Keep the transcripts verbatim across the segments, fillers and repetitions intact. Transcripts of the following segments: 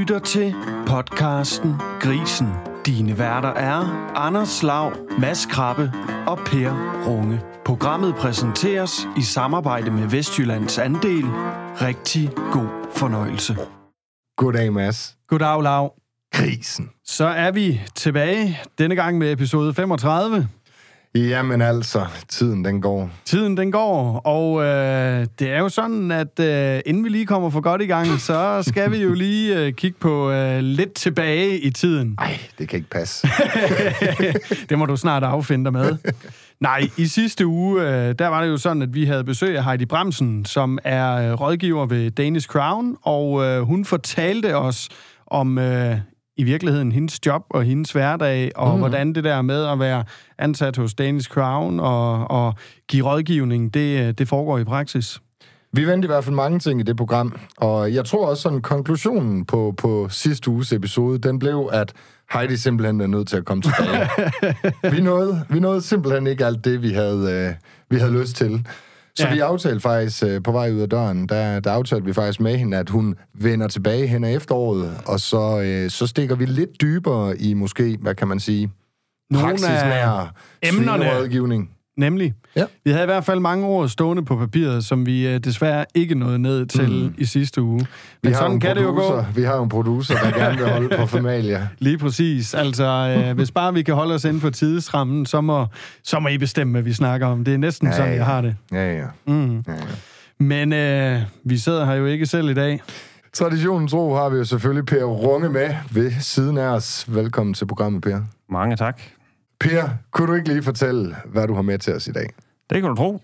lytter til podcasten Grisen. Dine værter er Anders Lav, Mads Krabbe og Per Runge. Programmet præsenteres i samarbejde med Vestjyllands Andel. Rigtig god fornøjelse. Goddag, Mads. Goddag, Lav. Grisen. Så er vi tilbage, denne gang med episode femogtredive. Jamen altså, tiden den går. Tiden den går, og øh, det er jo sådan, at øh, inden vi lige kommer for godt i gang, så skal vi jo lige øh, kigge på øh, lidt tilbage i tiden. Nej, det kan ikke passe. Det må du snart affinde dig med. Nej, i sidste uge, øh, der var det jo sådan, at vi havde besøg af Heidi Bremsen, som er øh, rådgiver ved Danish Crown, og øh, hun fortalte os om øh, i virkeligheden hendes job og hendes hverdag, og mm. hvordan det der med at være ansat hos Danish Crown og, og give rådgivning, det, det foregår i praksis. Vi vendte i hvert fald mange ting i det program, og jeg tror også sådan, konklusionen på, på sidste uges episode, den blev, at Heidi simpelthen er nødt til at komme tilbage. vi, nåede, vi nåede simpelthen ikke alt det, vi havde, øh, vi havde lyst til. Så ja. vi aftalte faktisk øh, på vej ud af døren, der, der aftalte vi faktisk med hende, at hun vender tilbage hen ad efteråret, og så, øh, så stikker vi lidt dybere i måske, hvad kan man sige, praksisnær svinerådgivning. Nemlig. Ja. Vi havde i hvert fald mange ord stående på papiret, som vi øh, desværre ikke nåede ned til mm. i sidste uge. Men vi sådan kan producer, det jo gå. Vi har jo en producer, der gerne vil holde på familie. Lige præcis. Altså, øh, hvis bare vi kan holde os inden for tidsrammen, så må, så må I bestemme, hvad vi snakker om. Det er næsten ja, sådan, ja. jeg har det. Ja, ja. Mm. ja, ja. Men øh, vi sidder her jo ikke selv i dag. Traditionen tro har vi jo selvfølgelig Per Runge med ved siden af os. Velkommen til programmet, Per. Mange tak. Per, kunne du ikke lige fortælle, hvad du har med til os i dag? Det kan du tro.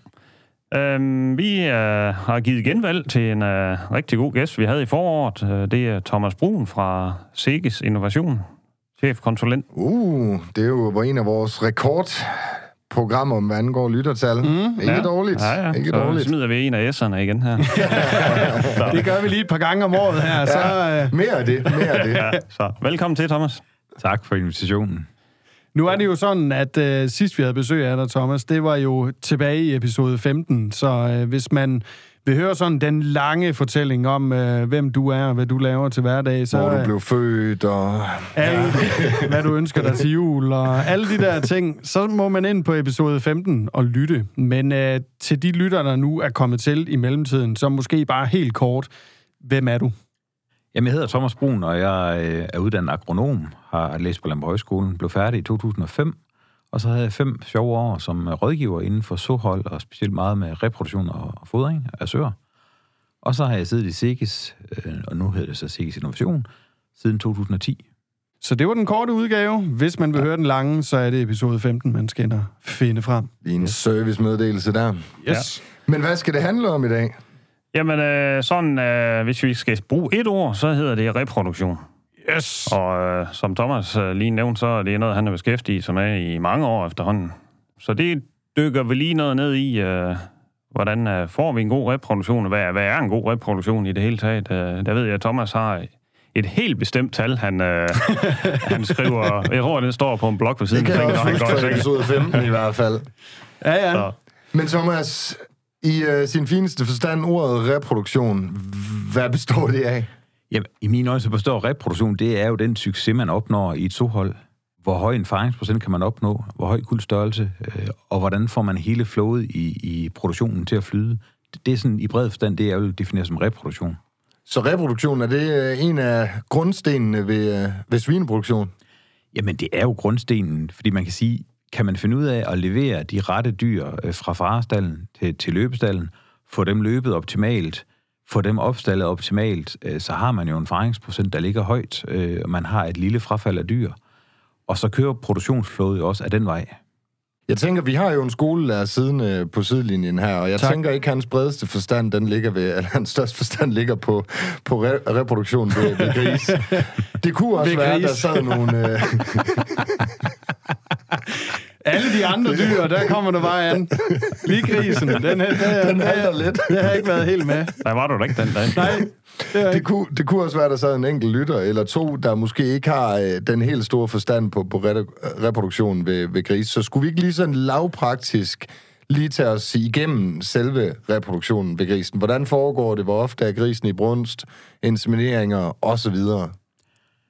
Øhm, vi øh, har givet genvalg til en øh, rigtig god gæst, vi havde i foråret. Det er Thomas Brun fra Seges Innovation, chefkonsulent. Uh, det er jo en af vores rekordprogrammer, hvad angår lyttertal. Mm, ikke ja. dårligt. Ja, ja. Ikke så dårligt. smider vi en af S'erne igen her. Det gør vi lige et par gange om året her. Så, ja, øh... mere af det, mere af det. Ja, så velkommen til, Thomas. Tak for invitationen. Nu er det jo sådan, at øh, sidst vi havde besøg af dig, Thomas, det var jo tilbage i episode femten, så øh, hvis man vil høre sådan den lange fortælling om, øh, hvem du er og hvad du laver til hverdag, så... Hvor du blev født og... Alt, hvad du ønsker dig til jul og alle de der ting, så må man ind på episode femten og lytte. Men øh, til de lytter, der nu er kommet til i mellemtiden, så måske bare helt kort, hvem er du? Jamen, jeg hedder Thomas Brun, og jeg er uddannet agronom, har læst på Landbrugshøjskolen, blev færdig i to tusind og fem, og så havde jeg fem sjove år som rådgiver inden for såhold, og specielt meget med reproduktion og fodring af søer. Og så har jeg siddet i Seges, og nu hedder det så Seges Innovation, siden to tusind og ti. Så det var den korte udgave. Hvis man vil ja. høre den lange, så er det episode femten, man skal ind og finde frem. En servicemeddelelse der. Yes. Ja. Men hvad skal det handle om i dag? Jamen, øh, sådan, øh, hvis vi skal bruge et ord, så hedder det reproduktion. Yes! Og øh, som Thomas øh, lige nævnte, så er det noget, han er beskæftiget sig med i mange år efterhånden. Så det dykker vi lige noget ned i, øh, hvordan øh, får vi en god reproduktion, og hvad, hvad er en god reproduktion i det hele taget. Øh, der ved jeg, at Thomas har et helt bestemt tal, han, øh, han skriver. Jeg tror, det står på en blog på siden. Det kan jeg også huske fra episode femten i hvert fald. Ja, ja. Så. Men Thomas... I øh, sin fineste forstand, ordet reproduktion, hvad består det af? Jamen, i mine øjne så består reproduktion, det er jo den succes, man opnår i et såhold. Hvor høj en faringsprocent kan man opnå, hvor høj kuldstørrelse, øh, og hvordan får man hele flowet i, i produktionen til at flyde. Det, det er sådan i bred forstand, det er jo defineret som reproduktion. Så reproduktion, er det øh, en af grundstenene ved, øh, ved svineproduktion? Jamen, det er jo grundstenen, fordi man kan sige, kan man finde ud af at levere de rette dyr fra farestallen til, til løbestallen, få dem løbet optimalt, få dem opstallet optimalt, så har man jo en faringsprocent, der ligger højt, og man har et lille frafald af dyr. Og så kører produktionsflowet jo også af den vej. Jeg tænker, vi har jo en skolelærer siden på sidelinjen her, og jeg tak. tænker ikke, hans bredeste forstand, den ligger ved, eller hans største forstand ligger på, på re- reproduktion ved, ved gris. Det kunne også være, at der sad nogle... Øh... Alle de andre dyr, der kommer der bare an. Lige grisen, den, den, den, den halter lidt. Det har jeg ikke været helt med. Nej, var du da ikke den dag? Nej. Det, det, kunne, det kunne også være, at der sad en enkelt lytter, eller to, der måske ikke har øh, den helt store forstand på, på reproduktionen ved, ved gris. Så skulle vi ikke lige sådan lavpraktisk lige tage os igennem selve reproduktionen ved grisen? Hvordan foregår det? Hvor ofte er grisen i brunst, insemineringer osv.?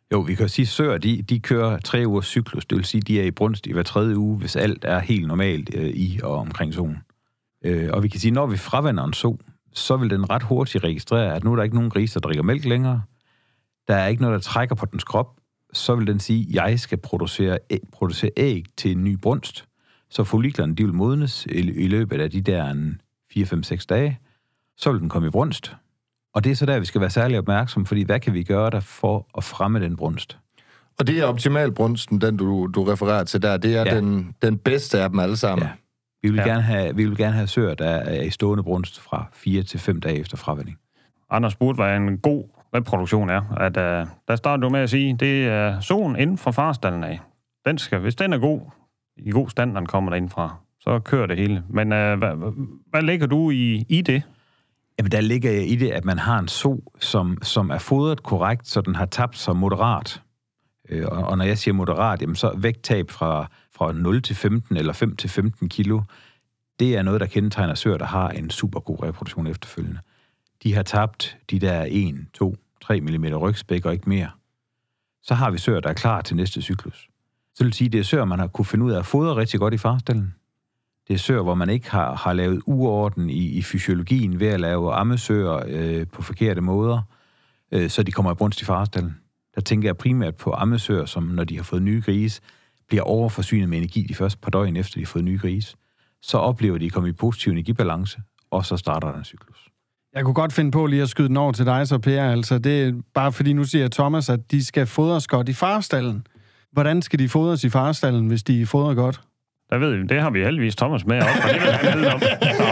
Jo, vi kan jo sige, at søer, de, de kører tre ugers cyklus. Det vil sige, at de er i brunst i hver tredje uge, hvis alt er helt normalt øh, i og omkring soen. Øh, og vi kan sige, at når vi fravender en so, så vil den ret hurtigt registrere, at nu er der ikke nogen gris, der drikker mælk længere. Der er ikke noget, der trækker på dens krop. Så vil den sige, at jeg skal producere æg, producere æg til en ny brunst. Så folliklerne, de vil modnes i, i løbet af de der fire, fem, seks dage. Så vil den komme i brunst. Og det er så der, vi skal være særlig opmærksomme, fordi hvad kan vi gøre der for at fremme den brunst? Og det er optimal brunsten, den du, du refererer til der. Det er ja. den, den bedste af dem alle sammen. Ja. Vi vil, ja. gerne have, vi vil gerne have søer, der er i stående brunst fra fire til fem dage efter fravanding. Anders spurgte, hvad en god reproduktion er. At, uh, der starter du med at sige, det er soen inden fra farstallen af. Den skal, hvis den er god, i god stand, når den kommer derinde fra, så kører det hele. Men uh, hvad, hvad lægger du i, i det? Jamen, der ligger i det, at man har en so, som, som er fodret korrekt, så den har tabt sig moderat. Øh, og, og når jeg siger moderat, jamen, så vægttab fra, fra nul til femten eller fem til femten kilo, det er noget, der kendetegner søer, der har en super god reproduktion efterfølgende. De har tabt de der en, to, tre millimeter rygspæk og ikke mere. Så har vi søer, der er klar til næste cyklus. Så vil sige, det er søer, man har kunne finde ud af at fodre rigtig godt i farstallen. Det er søer, hvor man ikke har, har lavet uorden i, i fysiologien ved at lave ammesøer øh, på forkerte måder, øh, så de kommer i brunst i farstallen. Der tænker jeg primært på ammesøer, som når de har fået nye grise, bliver overforsynet med energi de første par døgn efter de har fået nye grise. Så oplever de at komme i positiv energibalance, og så starter der en cyklus. Jeg kunne godt finde på lige at skyde den over til dig, så Per. Altså, det er bare fordi, nu siger Thomas, at de skal fodres godt i farstallen. Hvordan skal de fodres i farstallen, hvis de fodrer godt? Der ved vi, det har vi heldigvis Thomas med også, og det vil han vide om.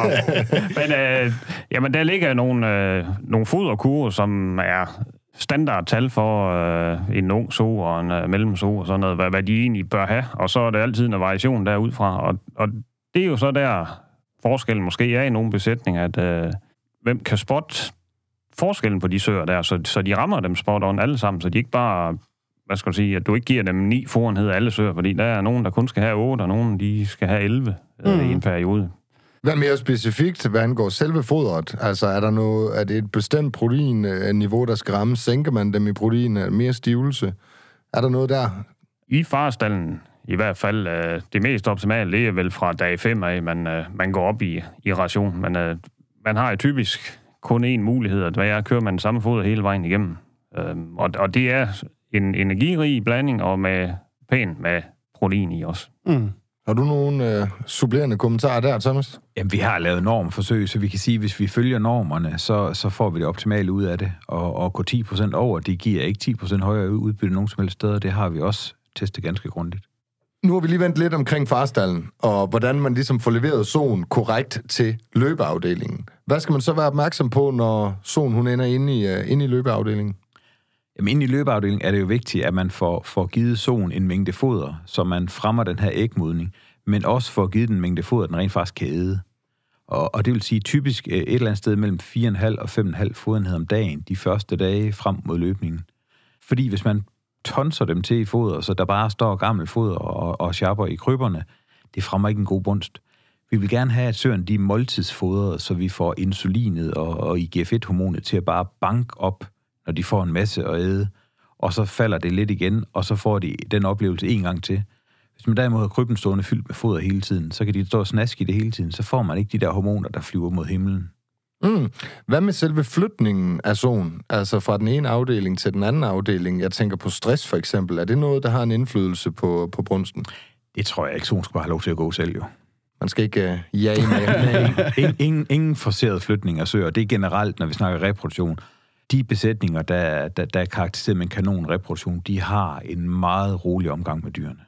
Men øh, jamen, der ligger nogle, øh, nogle foderkurver, som er standardtal for øh, en ung so og en øh, mellemso og sådan noget, hvad, hvad de egentlig bør have. Og så er der altid en variation derudfra. Og, og det er jo så der forskellen måske er i nogle besætninger, at øh, hvem kan spotte forskellen på de søer der, så, så de rammer dem spot on alle sammen, så de ikke bare... hvad skal du sige, at du ikke giver dem ni forenheder alle søer, fordi der er nogen, der kun skal have otte, og nogen, de skal have elleve mm. øh, i en periode. Hvad mere specifikt, hvad angår selve fodret? Altså, er der noget, er det et bestemt proteinniveau, der skal ramme? Sænker man dem i protein? Mere stivelse? Er der noget der? I farstallen, i hvert fald, øh, det mest optimale, det er vel fra dag fem af, man, øh, man går op i, i ration. Men øh, man har jo typisk kun én mulighed, at hvad er, kører man den samme foder hele vejen igennem. Øh, og, og det er en energirig blanding, og med pænt med protein i os. Mm. Har du nogle øh, supplerende kommentarer der, Thomas? Jamen, vi har lavet normforsøg, så vi kan sige, at hvis vi følger normerne, så, så får vi det optimale ud af det. Og, og gå ti procent over, det giver ikke ti procent højere udbytte nogen som helst steder. Det har vi også testet ganske grundigt. Nu har vi lige vendt lidt omkring farstallen, og hvordan man ligesom får leveret soen korrekt til løbeafdelingen. Hvad skal man så være opmærksom på, når soen hun ender inde i, uh, inde i løbeafdelingen? Jamen, inde i løbeafdelingen er det jo vigtigt, at man får, får givet soen en mængde foder, så man fremmer den her ægmodning, men også får givet den mængde foder, den rent faktisk kan æde. Og, og det vil sige typisk et eller andet sted mellem fire komma fem og fem komma fem fodenhed om dagen, de første dage frem mod løbningen. Fordi hvis man tonser dem til i foder, så der bare står gammel foder og, og sjapper i kryberne, det fremmer ikke en god brunst. Vi vil gerne have, at søerne de er måltidsfodret, så vi får insulinet og, og I G F et hormonet til at bare banke op, når de får en masse at æde, og så falder det lidt igen, og så får de den oplevelse en gang til. Hvis man derimod har krybben stående fyldt med foder hele tiden, så kan de stå og snaske i det hele tiden, så får man ikke de der hormoner, der flyver mod himlen. Mm. Hvad med selve flytningen af soen? Altså fra den ene afdeling til den anden afdeling. Jeg tænker på stress for eksempel. Er det noget, der har en indflydelse på, på brunsten? Det tror jeg ikke. Soen skal bare have lov til at gå selv, jo. Man skal ikke uh, jage med. ingen, ingen, ingen forceret flytning af søer. Det er generelt, når vi snakker reproduktion. De besætninger, der, der, der er karakteriseret med en kanonreproduktion, de har en meget rolig omgang med dyrene.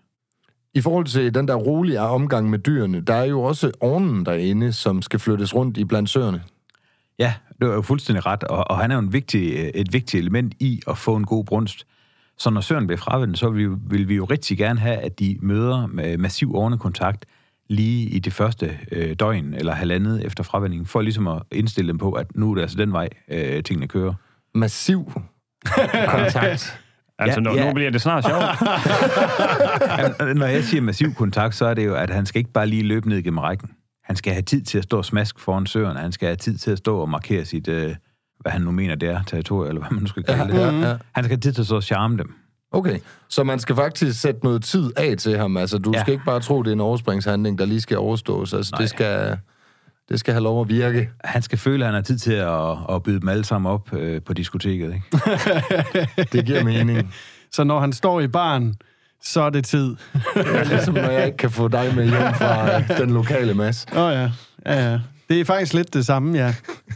I forhold til den der rolige omgang med dyrene, der er jo også ornen derinde, som skal flyttes rundt i blandt søerne. Ja, det er jo fuldstændig ret, og, og han er jo en vigtig, et vigtigt element i at få en god brunst. Så når søren bliver fravendt, så vil vi, vil vi jo rigtig gerne have, at de møder med massiv ornekontakt lige i det første øh, døgn eller halvandet efter fravendingen, for ligesom at indstille dem på, at nu er det altså den vej, øh, tingene kører. Massiv kontakt. Altså, ja, nu, ja. nu bliver det snart sjovt. Når jeg siger massiv kontakt, så er det jo, at han skal ikke bare lige løbe ned gennem rækken. Han skal have tid til at stå og smask foran søerne. Han skal have tid til at stå og markere sit, øh, hvad han nu mener, det er, territorium, eller hvad man nu skal kalde det. Ja, ja, ja. Han skal have tid til at stå og charme dem. Okay, så man skal faktisk sætte noget tid af til ham. Altså, du ja. skal ikke bare tro, det er en overspringshandling, der lige skal overstås. Altså, det skal, det skal have lov at virke. Han skal føle, at han har tid til at, at byde dem alle sammen op øh, på diskoteket, ikke? Det giver mening. Så når han står i baren, så er det tid. Det er ligesom, når jeg ikke kan få dig med hjem fra øh, den lokale mas. Åh oh, ja. ja, ja. Det er faktisk lidt det samme, ja.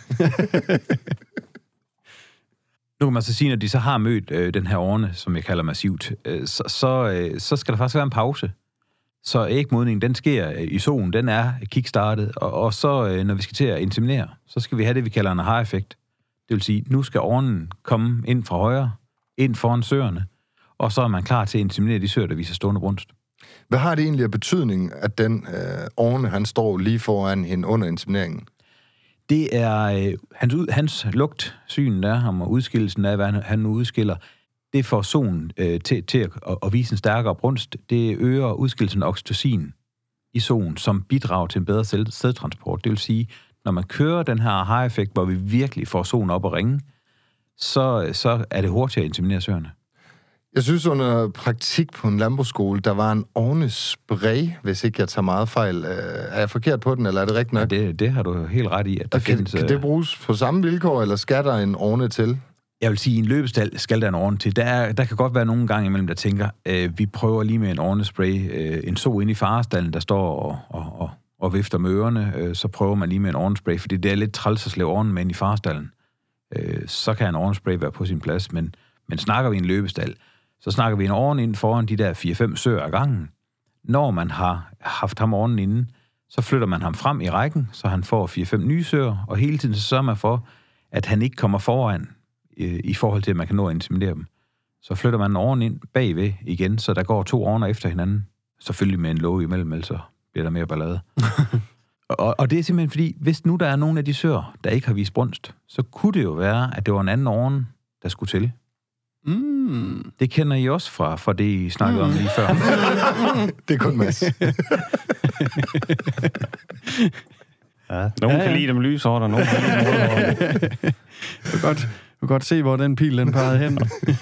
Nu kan man så sige, når de så har mødt øh, den her orne, som jeg kalder massivt, øh, så, så, øh, så skal der faktisk være en pause. Så ægmodningen, den sker øh, i solen, den er kickstartet, og, og så øh, når vi skal til at inseminere, så skal vi have det, vi kalder en aha-effekt. Det vil sige, nu skal ornen komme ind fra højre, ind foran søerne, og så er man klar til at inseminere de søer, der viser stående brunst. Hvad har det egentlig af betydning, at den øh, orne, han står lige foran hende under insemineringen? Det er øh, hans, hans lugt, synen der, ham og udskillelsen af, hvad han, han nu udskiller, det får solen øh, til, til at, at vise en stærkere brunst. Det øger udskillelsen af oxytocin i solen, som bidrager til en bedre sædtransport. Det vil sige, når man kører den her aha-effekt, hvor vi virkelig får solen op at ringe, så, så er det hurtigt at inseminere søerne. Jeg synes, under praktik på en landbrugsskole, der var en ornespray, hvis ikke jeg tager meget fejl. Er jeg forkert på den, eller er det rigtigt nok? Ja, det, det har du helt ret i. At der kan, findes, kan det bruges på samme vilkår, eller skal der en orne til? Jeg vil sige, at i en løbestal skal der en orne til. Der, er, der kan godt være nogle gange imellem, der tænker, øh, vi prøver lige med en ornespray. Øh, en so inde i farestallen, der står og, og, og, og vifter med ørerne, øh, så prøver man lige med en ornespray, fordi det er lidt træls at slæve ornen med ind i farestallen. Øh, så kan en ornespray være på sin plads, men, men snakker vi en løbestal, så snakker vi en orne ind foran de der fire fem søer ad gangen. Når man har haft ham ornen inde, så flytter man ham frem i rækken, så han får fire fem nye søer, og hele tiden så sørger man for, at han ikke kommer foran øh, i forhold til, at man kan nå at intimidere dem. Så flytter man en orne ind bagved igen, så der går to orner efter hinanden. Selvfølgelig med en låge imellem, ellers så bliver der mere ballade. og, og det er simpelthen fordi, hvis nu der er nogle af de søer, der ikke har vist brunst, så kunne det jo være, at det var en anden orne, der skulle til. Mm. Det kender I også fra, fra det, I snakkede mm. om lige før. Det er kun Mads. Ja, nogen ja, ja. kan lide dem lyshårdt, og nogen kan lide dem rødhårdt. Du kan godt, du kan godt se, hvor den pil den pegede hen.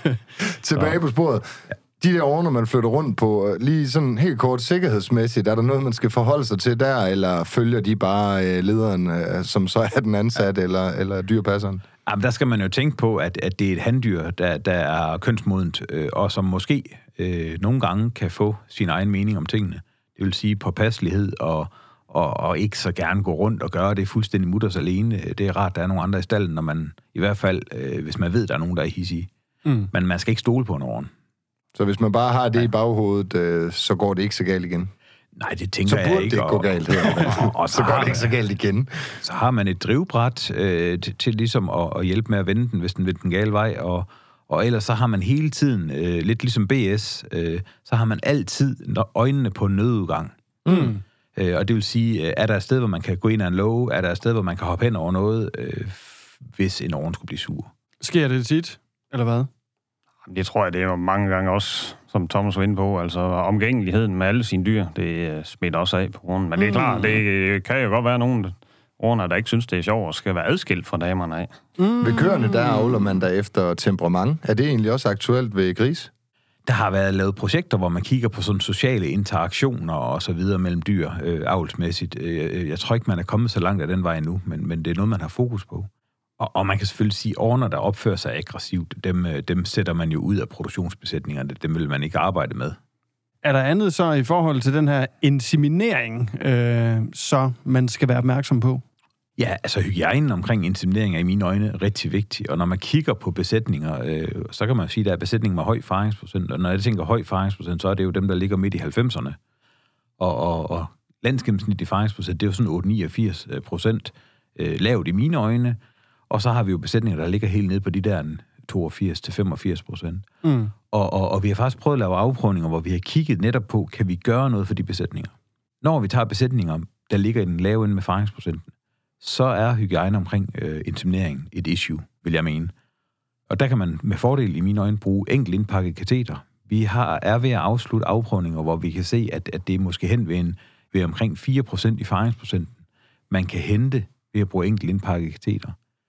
Tilbage på sporet. De der orner, man flytter rundt på, lige sådan helt kort sikkerhedsmæssigt, er der noget, man skal forholde sig til der, eller følger de bare lederen, som så er den ansatte, ja. eller, eller dyrpasseren? Jamen, der skal man jo tænke på, at, at det er et handdyr, der, der er kønsmodent, øh, og som måske øh, nogle gange kan få sin egen mening om tingene. Det vil sige påpasselighed, og, og, og ikke så gerne gå rundt og gøre det fuldstændig mutters alene. Det er rart, der er nogle andre i stallen, når man, i hvert fald, øh, hvis man ved, der er nogen, der er hissige. Mm. Men man skal ikke stole på en orn. Så hvis man bare har det ja. i baghovedet, øh, så går det ikke så galt igen? Nej, det tænker jeg ikke. Så burde det ikke gå galt her. og, og så, så går det ikke så galt igen. Så har man et drivbræt øh, til, til ligesom at, at hjælpe med at vende den, hvis den vil den gale vej, og, og ellers så har man hele tiden, øh, lidt ligesom B S, øh, så har man altid øjnene på en nødudgang. Mm. Øh, og det vil sige, er der et sted, hvor man kan gå ind ad en låge, er der et sted, hvor man kan hoppe hen over noget, øh, hvis en orn skulle blive sur. Sker det tit, eller hvad? Det tror jeg, det er mange gange også, som Thomas var inde på. Altså omgængeligheden med alle sine dyr, det smitter også af på grunden. Men det er klart, det kan jo godt være nogen orner, der ikke synes, det er sjovt og skal være adskilt fra damerne af. Mm. Ved køerne, der avler man der efter temperament. Er det egentlig også aktuelt ved gris? Der har været lavet projekter, hvor man kigger på sådan sociale interaktioner og så videre mellem dyr, øh, avlsmæssigt. Øh, jeg tror ikke, man er kommet så langt af den vej endnu, men, men det er noget, man har fokus på. Og, og man kan selvfølgelig sige, at orner, der opfører sig aggressivt, dem, dem sætter man jo ud af produktionsbesætningerne. Dem vil man ikke arbejde med. Er der andet så i forhold til den her inseminering, øh, så man skal være opmærksom på? Ja, altså hygiejnen omkring inseminering er i mine øjne rigtig vigtig. Og når man kigger på besætninger, øh, så kan man sige, at der er besætninger med høj faringsprocent. Og når jeg tænker høj faringsprocent, så er det jo dem, der ligger midt i halvfemserne. Og, og, og landsgennemsnitlig faringsprocent, det er jo sådan otte niogfirs procent øh, lavt i mine øjne. Og så har vi jo besætninger, der ligger helt nede på de der toogfirs til femogfirs procent. Mm. Og, og, og vi har faktisk prøvet at lave afprøvninger, hvor vi har kigget netop på, kan vi gøre noget for de besætninger? Når vi tager besætninger, der ligger i den lave ende med faringsprocenten, så er hygiejne omkring øh, inseminering et issue, vil jeg mene. Og der kan man med fordel i mine øjne bruge enkelt indpakket kateter. Vi har, er ved at afslutte afprøvninger, hvor vi kan se, at, at det er måske hen ved, en, ved omkring fire procent i faringsprocenten, man kan hente ved at bruge enkelt indpakket kateter.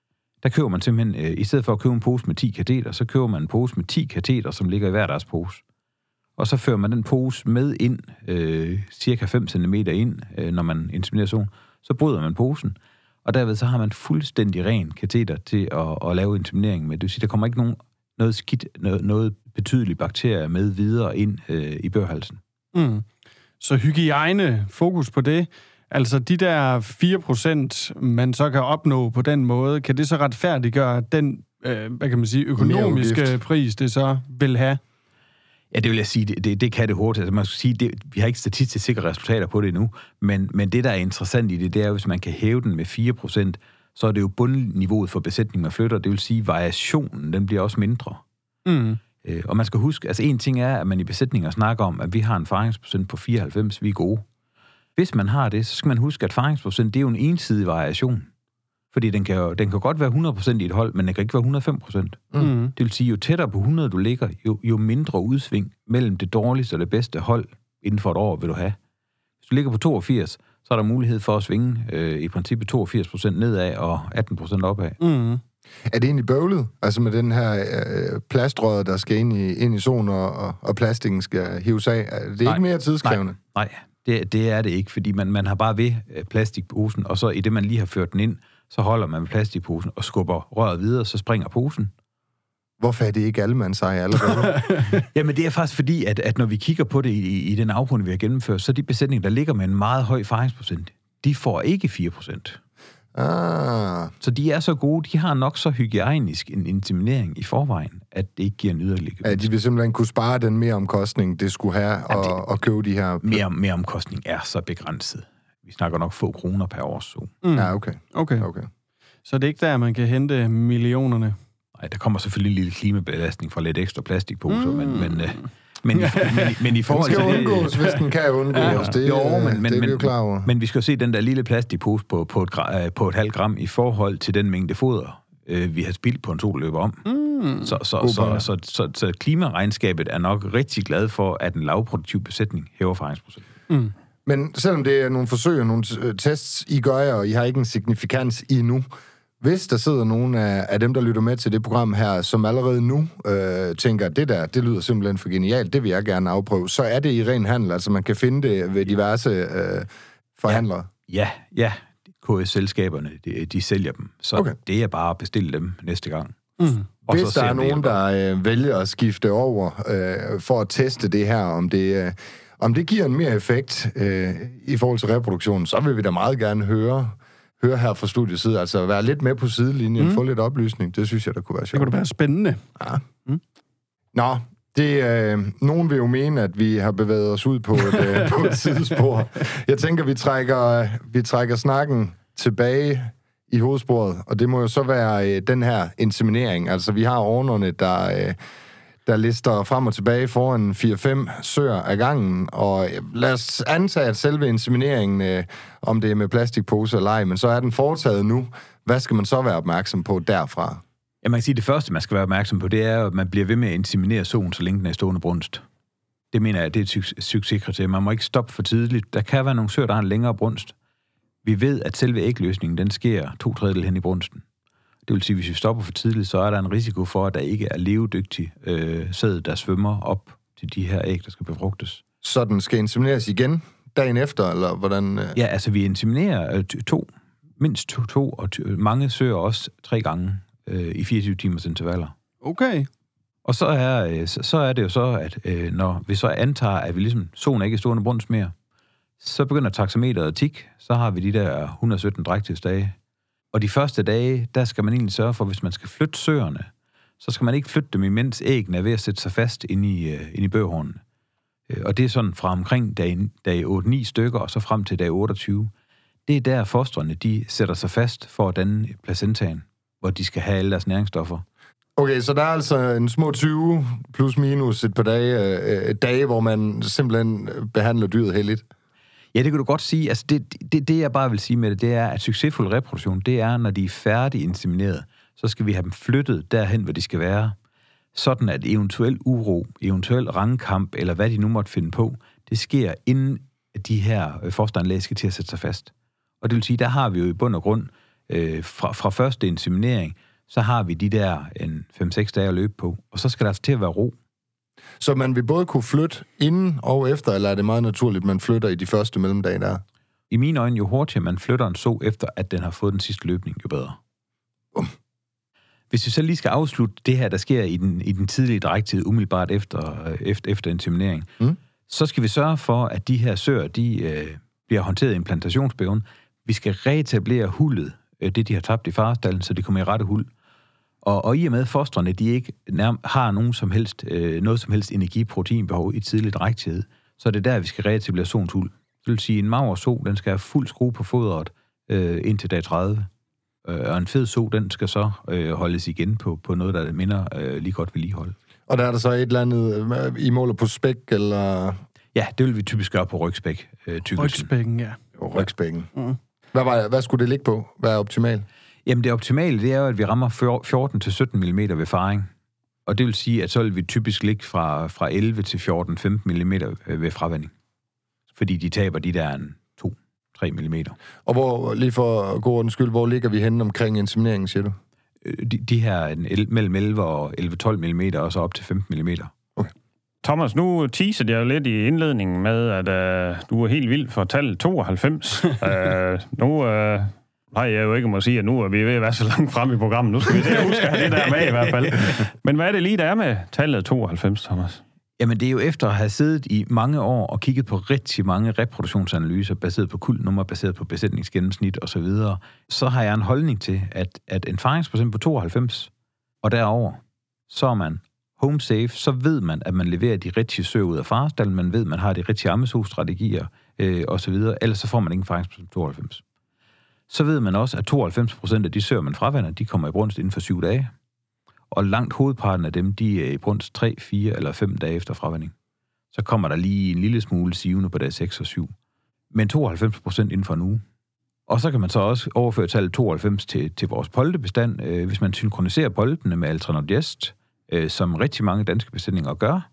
der køber man simpelthen, øh, i stedet for at købe en pose med ti kateter, så køber man en pose med ti kateter, som ligger i hver deres pose. Og så fører man den pose med ind, øh, cirka fem centimeter ind, øh, når man inseminerer solen. Så bryder man posen, og derved så har man fuldstændig ren kateter til at, at lave inseminering med. Det vil sige, der kommer ikke nogen, noget skidt, noget, noget betydeligt bakterier med videre ind øh, i børhalsen. Mm. Så hygiejne, fokus på det. Altså de der fire procent, man så kan opnå på den måde, kan det så retfærdiggøre den, øh, hvad kan man sige, økonomiske pris, det så vil have? Ja, det vil jeg sige, det, det, det kan det hurtigt. Altså, man skal sige, det, vi har ikke statistisk sikre resultater på det endnu, men, men det, der er interessant i det, det er, hvis man kan hæve den med fire procent, så er det jo bundniveauet for besætning, man flytter. Det vil sige, at variationen, den bliver også mindre. Mm. Øh, og man skal huske, altså en ting er, at man i besætninger snakker om, at vi har en faringsprocent på fireoghalvfems, vi er gode. Hvis man har det, så skal man huske, at faringsprocent, det er jo en ensidig variation. Fordi den kan jo den kan godt være hundrede procent i et hold, men den kan ikke være hundrede og fem procent. Mm. Det vil sige, jo tættere på hundrede du ligger, jo, jo mindre udsving mellem det dårligste og det bedste hold inden for et år vil du have. Hvis du ligger på toogfirs, så er der mulighed for at svinge øh, i princippet toogfirs procent nedad og atten procent opad. Mm. Er det egentlig bøvlet? Altså med den her øh, plastrøret, der skal ind i, ind i solen, og, og plastikken skal hives af. Er det nej, ikke mere tidskrævende? Nej, nej det, det er det ikke, fordi man, man har bare ved plastikposen, og så i det, man lige har ført den ind, så holder man plastikposen og skubber røret videre, så springer posen. Hvorfor er det ikke allemandseje allerede? Jamen det er faktisk fordi, at, at når vi kigger på det i, i den afprøvning, vi har gennemført, så de besætninger, der ligger med en meget høj faringsprocent, de får ikke fire procent. Ah. Så de er så gode, de har nok så hygiejnisk en inseminering i forvejen, at det ikke giver en yderligere. Ja, de vil simpelthen kunne spare den mere omkostning, det skulle have ja, det, at, at købe de her... Mere, mere omkostning er så begrænset. Vi snakker nok få kroner per år. Så. Mm. Ja, okay. okay. okay. Så det er ikke der, man kan hente millionerne? Nej, der kommer selvfølgelig en lille klimabelastning fra lidt ekstra plastikposer, mm. men... men Men i, men, men i forhold til det... Den skal undgås, hvis den kan undgås. Ja, det, jo, men, men, det er vi jo men, klar over. Men vi skal jo se den der lille plastikpose på, på, et, på et halvt gram i forhold til den mængde foder, øh, vi har spildt på en solløber om. Mm. Så, så, så, så, så, så, så klimaregnskabet er nok rigtig glad for, at en lavproduktiv besætning hæver faringsprocent. Mm. Men selvom det er nogle forsøg og nogle tests, I gør, og I har ikke en signifikans endnu, hvis der sidder nogen af, af dem, der lytter med til det program her, som allerede nu øh, tænker, det der, det lyder simpelthen for genialt, det vil jeg gerne afprøve, så er det i ren handel, altså man kan finde det ved diverse øh, forhandlere. Ja, ja, ja. K S-selskaberne, de, de sælger dem, så okay. Det er bare at bestille dem næste gang. Mm. Og hvis der er nogen, der øh, vælger at skifte over øh, for at teste det her, om det, øh, om det giver en mere effekt øh, i forhold til reproduktionen, så vil vi da meget gerne høre høre her fra studiets side, altså være lidt med på sidelinjen, mm. få lidt oplysning, det synes jeg, der kunne være sjovt. Det kunne da være spændende. Ja. Mm. Nå, det, øh, nogen vil jo mene, at vi har bevæget os ud på et, øh, på et sidespor. Jeg tænker, vi trækker, vi trækker snakken tilbage i hovedsporet, og det må jo så være øh, den her inseminering. Altså, vi har ovnerne, der... Øh, der lister frem og tilbage foran fire fem søer af gangen, og lad os antage, at selve insemineringen, øh, om det er med plastikpose eller ej, men så er den foretaget nu. Hvad skal man så være opmærksom på derfra? Ja, man kan sige, at det første, man skal være opmærksom på, det er, at man bliver ved med at inseminere solen, så længe den er i stående brunst. Det mener jeg, det er et succeskriterie. Man må ikke stoppe for tidligt. Der kan være nogle søer, der har en længere brunst. Vi ved, at selve ægløsningen, den sker to tredjedel hen i brunsten. Det vil sige, at hvis vi stopper for tidligt, så er der en risiko for, at der ikke er levedygtig øh, sæd, der svømmer op til de her æg, der skal befrugtes. Så den skal insemineres igen dagen efter, eller hvordan? Øh? Ja, altså vi inseminerer øh, to, mindst to, to og t- mange søer også tre gange øh, i fireogtyve timers intervaller. Okay. Og så er, øh, så, så er det jo så, at øh, når vi så antager, at vi ligesom solen er ikke i stående brunst mere, så begynder taxameteret at tikke, så har vi de der et hundrede og sytten drægtighedsdage. Og de første dage, der skal man egentlig sørge for, hvis man skal flytte søerne, så skal man ikke flytte dem, imens æggene er ved at sætte sig fast inde i, uh, inde i bøgehornene. Og det er sådan fra omkring dag, dag otte ni stykker, og så frem til dag otteogtyve. Det er der fostrene, de sætter sig fast for at danne placentaen, hvor de skal have alle deres næringsstoffer. Okay, så der er altså en små tyve plus minus et par dage, øh, dage hvor man simpelthen behandler dyret heldigt. Ja, det kan du godt sige. Altså, det, det, det, jeg bare vil sige med det, det er, at succesfuld reproduktion, det er, når de er færdig insemineret, så skal vi have dem flyttet derhen, hvor de skal være. Sådan at eventuel uro, eventuel rangkamp, eller hvad de nu måtte finde på, det sker, inden de her fosteranlæg skal til at sætte sig fast. Og det vil sige, der har vi jo i bund og grund, øh, fra, fra første inseminering, så har vi de der en fem seks dage at løbe på, og så skal der altså til at være ro. Så man vil både kunne flytte inden og efter, eller er det meget naturligt, at man flytter i de første mellemdage der? I mine øjne, jo hurtigere man flytter en so, efter at den har fået den sidste løbning, jo bedre. Um. Hvis vi så lige skal afslutte det her, der sker i den, i den tidlige drægtid, umiddelbart efter, efter, efter inseminering, mm. så skal vi sørge for, at de her søer, de øh, bliver håndteret i implantationsperioden. Vi skal reetablere hullet, øh, det de har tabt i farestallen, så det kommer i rette huld. Og, og i og med fostrene, de ikke nærm- har nogen som helst, øh, noget som helst energi-proteinbehov i tidlig drægtighed, så er det der, vi skal reetablere soens huld. Det vil sige, en mager so, den skal have fuld skrue på fodret øh, indtil dag tredive. Øh, og en fed so, den skal så øh, holdes igen på, på noget, der minder øh, lige godt vedligehold. Og der er der så et eller andet, øh, I måler på spæk, eller? Ja, det vil vi typisk gøre på rygspæk. Øh, Rygspækken, ja. Jo, rygspækken. Mm. Hvad, var, hvad skulle det ligge på? Hvad er optimalt? Jamen, det optimale, det er jo, at vi rammer fjorten til sytten millimeter ved faring. Og det vil sige, at så vil vi typisk ligge fra, fra elleve til fjorten til femten millimeter ved fravanding. Fordi de taber de der to til tre millimeter. Og hvor, lige for god ordens skyld, hvor ligger vi henne omkring insemineringen, siger du? De, de her en, mellem elleve og elleve til tolv millimeter, og så op til femten millimeter. Okay. Thomas, nu teasede jeg lidt i indledningen med, at uh, du er helt vild for tallet tooghalvfems. uh, nu... Uh Nej, jeg jo ikke må sige, at nu er vi ved at være så langt frem i programmet. Nu skal vi til at huske at have det der med i hvert fald. Men hvad er det lige, der er med tallet tooghalvfems, Thomas? Jamen, det er jo efter at have siddet i mange år og kigget på rigtig mange reproduktionsanalyser, baseret på kuldnummer, baseret på besætningsgennemsnit osv., så, så har jeg en holdning til, at, at en faringsprocent på tooghalvfems og derover, så er man home safe, så ved man, at man leverer de rigtige søer ud af farestallen, man ved, at man har de rigtige ammeso-strategier øh, osv., ellers så får man ikke en faringsprocent på tooghalvfems. Så ved man også, at tooghalvfems procent af de søer, man fravander, de kommer i brunst inden for syv dage. Og langt hovedparten af dem, de er i brunst tre, fire eller fem dage efter fravanding. Så kommer der lige en lille smule sivende på dag seks og syv. Men tooghalvfems procent inden for en uge. Og så kan man så også overføre tallet tooghalvfems til, til vores poltebestand. Øh, hvis man synkroniserer poltene med Altranordgest, øh, som rigtig mange danske besætninger gør,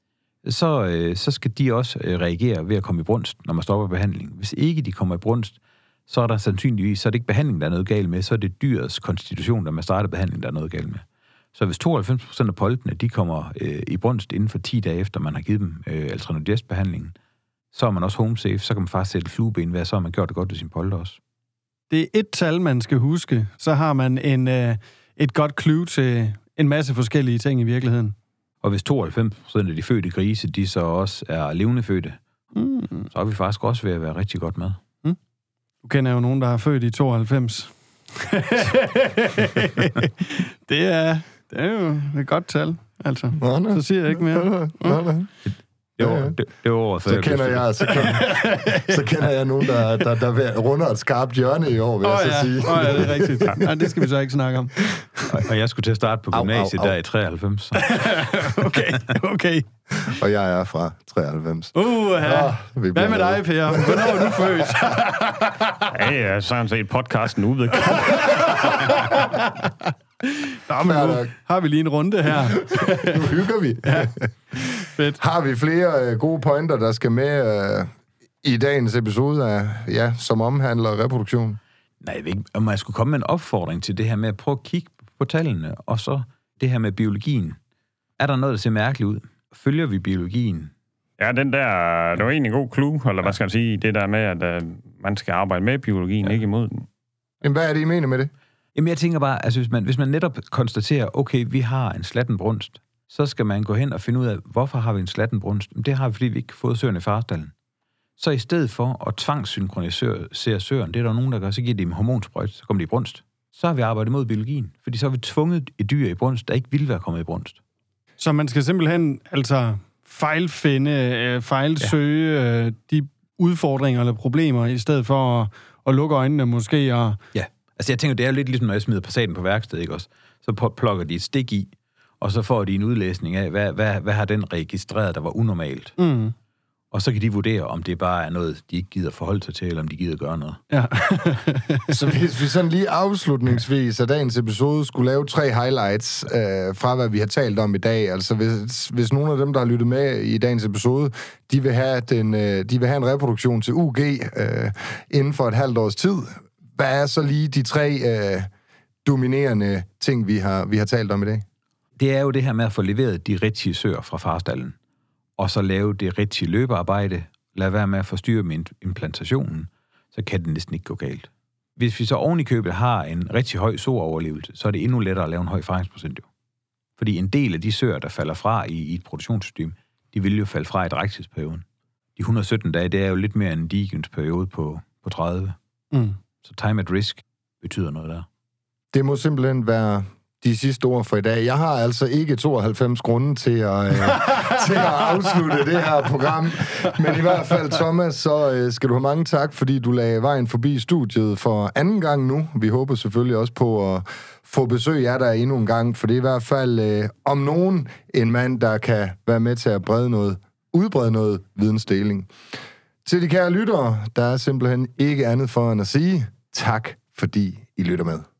så, øh, så skal de også øh, reagere ved at komme i brunst, når man stopper behandlingen. Hvis ikke de kommer i brunst, så er der sandsynligvis, så er det ikke behandling, der er noget galt med, så er det dyrets konstitution, der man starter behandling, der er noget galt med. Så hvis tooghalvfems procent af poltene, de kommer øh, i brunst inden for ti dage efter, man har givet dem øh, Altranordgest-behandlingen, så er man også home safe, så kan man faktisk sætte flueben ved, så har man gjort det godt ved sin polte også. Det er et tal, man skal huske. Så har man en, øh, et godt clue til en masse forskellige ting i virkeligheden. Og hvis tooghalvfems procent af de fødte grise, de så også er levende fødte, mm. så er vi faktisk også ved at være rigtig godt med. Mm. Du kender jo nogen, der har født i tooghalvfems. det, er, det er jo et godt tal, altså. Nå, nå. Så siger jeg ikke mere. Nå, nå. Nå, nå. Det var, det, det var over, så, så kender jeg, så kender, så kender jeg nogen, der, der, der runder et skarpt hjørne i år, vil oh, jeg så ja. sige. Åh oh, ja, det er rigtigt. Nej, det skal vi så ikke snakke om. Og, og jeg skulle til at starte på gymnasiet au, au, au. der i treoghalvfems. okay, okay. Og jeg er fra treoghalvfems. Uh, oh, hvad med dig, Per? Hvornår er du født? Ja, jeg har sådan set podcasten ude. Nå, men nu har vi lige en runde her. Nu hygger vi. Ja. Fedt. Har vi flere øh, gode pointer, der skal med øh, i dagens episode, af, ja, som omhandler reproduktion? Nej, jeg ved ikke, om jeg skulle komme med en opfordring til det her med at prøve at kigge på tallene, og så det her med biologien. Er der noget, der ser mærkeligt ud? Følger vi biologien? Ja, den der, det var egentlig en god clue, eller hvad skal jeg sige, det der med, at uh, man skal arbejde med biologien, ja. Ikke imod den. Jamen, hvad er det, I mener med det? Jamen, jeg tænker bare, altså hvis man, hvis man netop konstaterer, okay, vi har en slatten brunst, så skal man gå hen og finde ud af, hvorfor har vi en slatten brunst? Det har vi, fordi vi ikke har fået søren i farestallen. Så i stedet for at tvangssynkronisere søren, det er der nogen, der gør, så giver de dem hormonsprøjt, så kommer de i brunst. Så har vi arbejdet mod biologien, fordi så har vi tvunget et dyr i brunst, der ikke ville være kommet i brunst. Så man skal simpelthen altså fejlfinde, fejlsøge ja. de udfordringer eller problemer, i stedet for at, at lukke øjnene måske og... Ja. Altså, jeg tænker, det er jo lidt ligesom, når jeg smider Passaten på værksted, ikke også? Så plukker de et stik i, og så får de en udlæsning af, hvad, hvad, hvad har den registreret, der var unormalt? Mm. Og så kan de vurdere, om det bare er noget, de ikke gider forholde sig til, eller om de gider gøre noget. Ja. Så hvis vi sådan lige afslutningsvis af dagens episode skulle lave tre highlights øh, fra, hvad vi har talt om i dag, altså hvis, hvis nogle af dem, der har lyttet med i dagens episode, de vil have, den, øh, de vil have en reproduktion til U G øh, inden for et halvt års tid, hvad er så lige de tre, øh, dominerende ting, vi har, vi har talt om i dag? Det er jo det her med at få leveret de rigtige søer fra farstallen, og så lave det rigtige løbearbejde, lad være med at forstyrre med implantationen, så kan det næsten ikke gå galt. Hvis vi så oven i købet har en rigtig høj sooverlevelse, så er det endnu lettere at lave en høj fejringsprocent jo. Fordi en del af de søer, der falder fra i, i et produktionssystem, de vil jo falde fra i drægtighedsperioden. De et hundrede og sytten dage, det er jo lidt mere end Deacons periode på, på tredive. Mm. Så time at risk betyder noget der. Det må simpelthen være de sidste ord for i dag. Jeg har altså ikke tooghalvfems grunde til at, øh, til at afslutte det her program. Men i hvert fald, Thomas, så øh, skal du have mange tak, fordi du lagde vejen forbi studiet for anden gang nu. Vi håber selvfølgelig også på at få besøg af dig endnu en gang, for det er i hvert fald øh, om nogen en mand, der kan være med til at brede noget, udbrede noget vidensdeling. Til de kære lyttere, der er simpelthen ikke andet for end at sige tak, fordi I lytter med.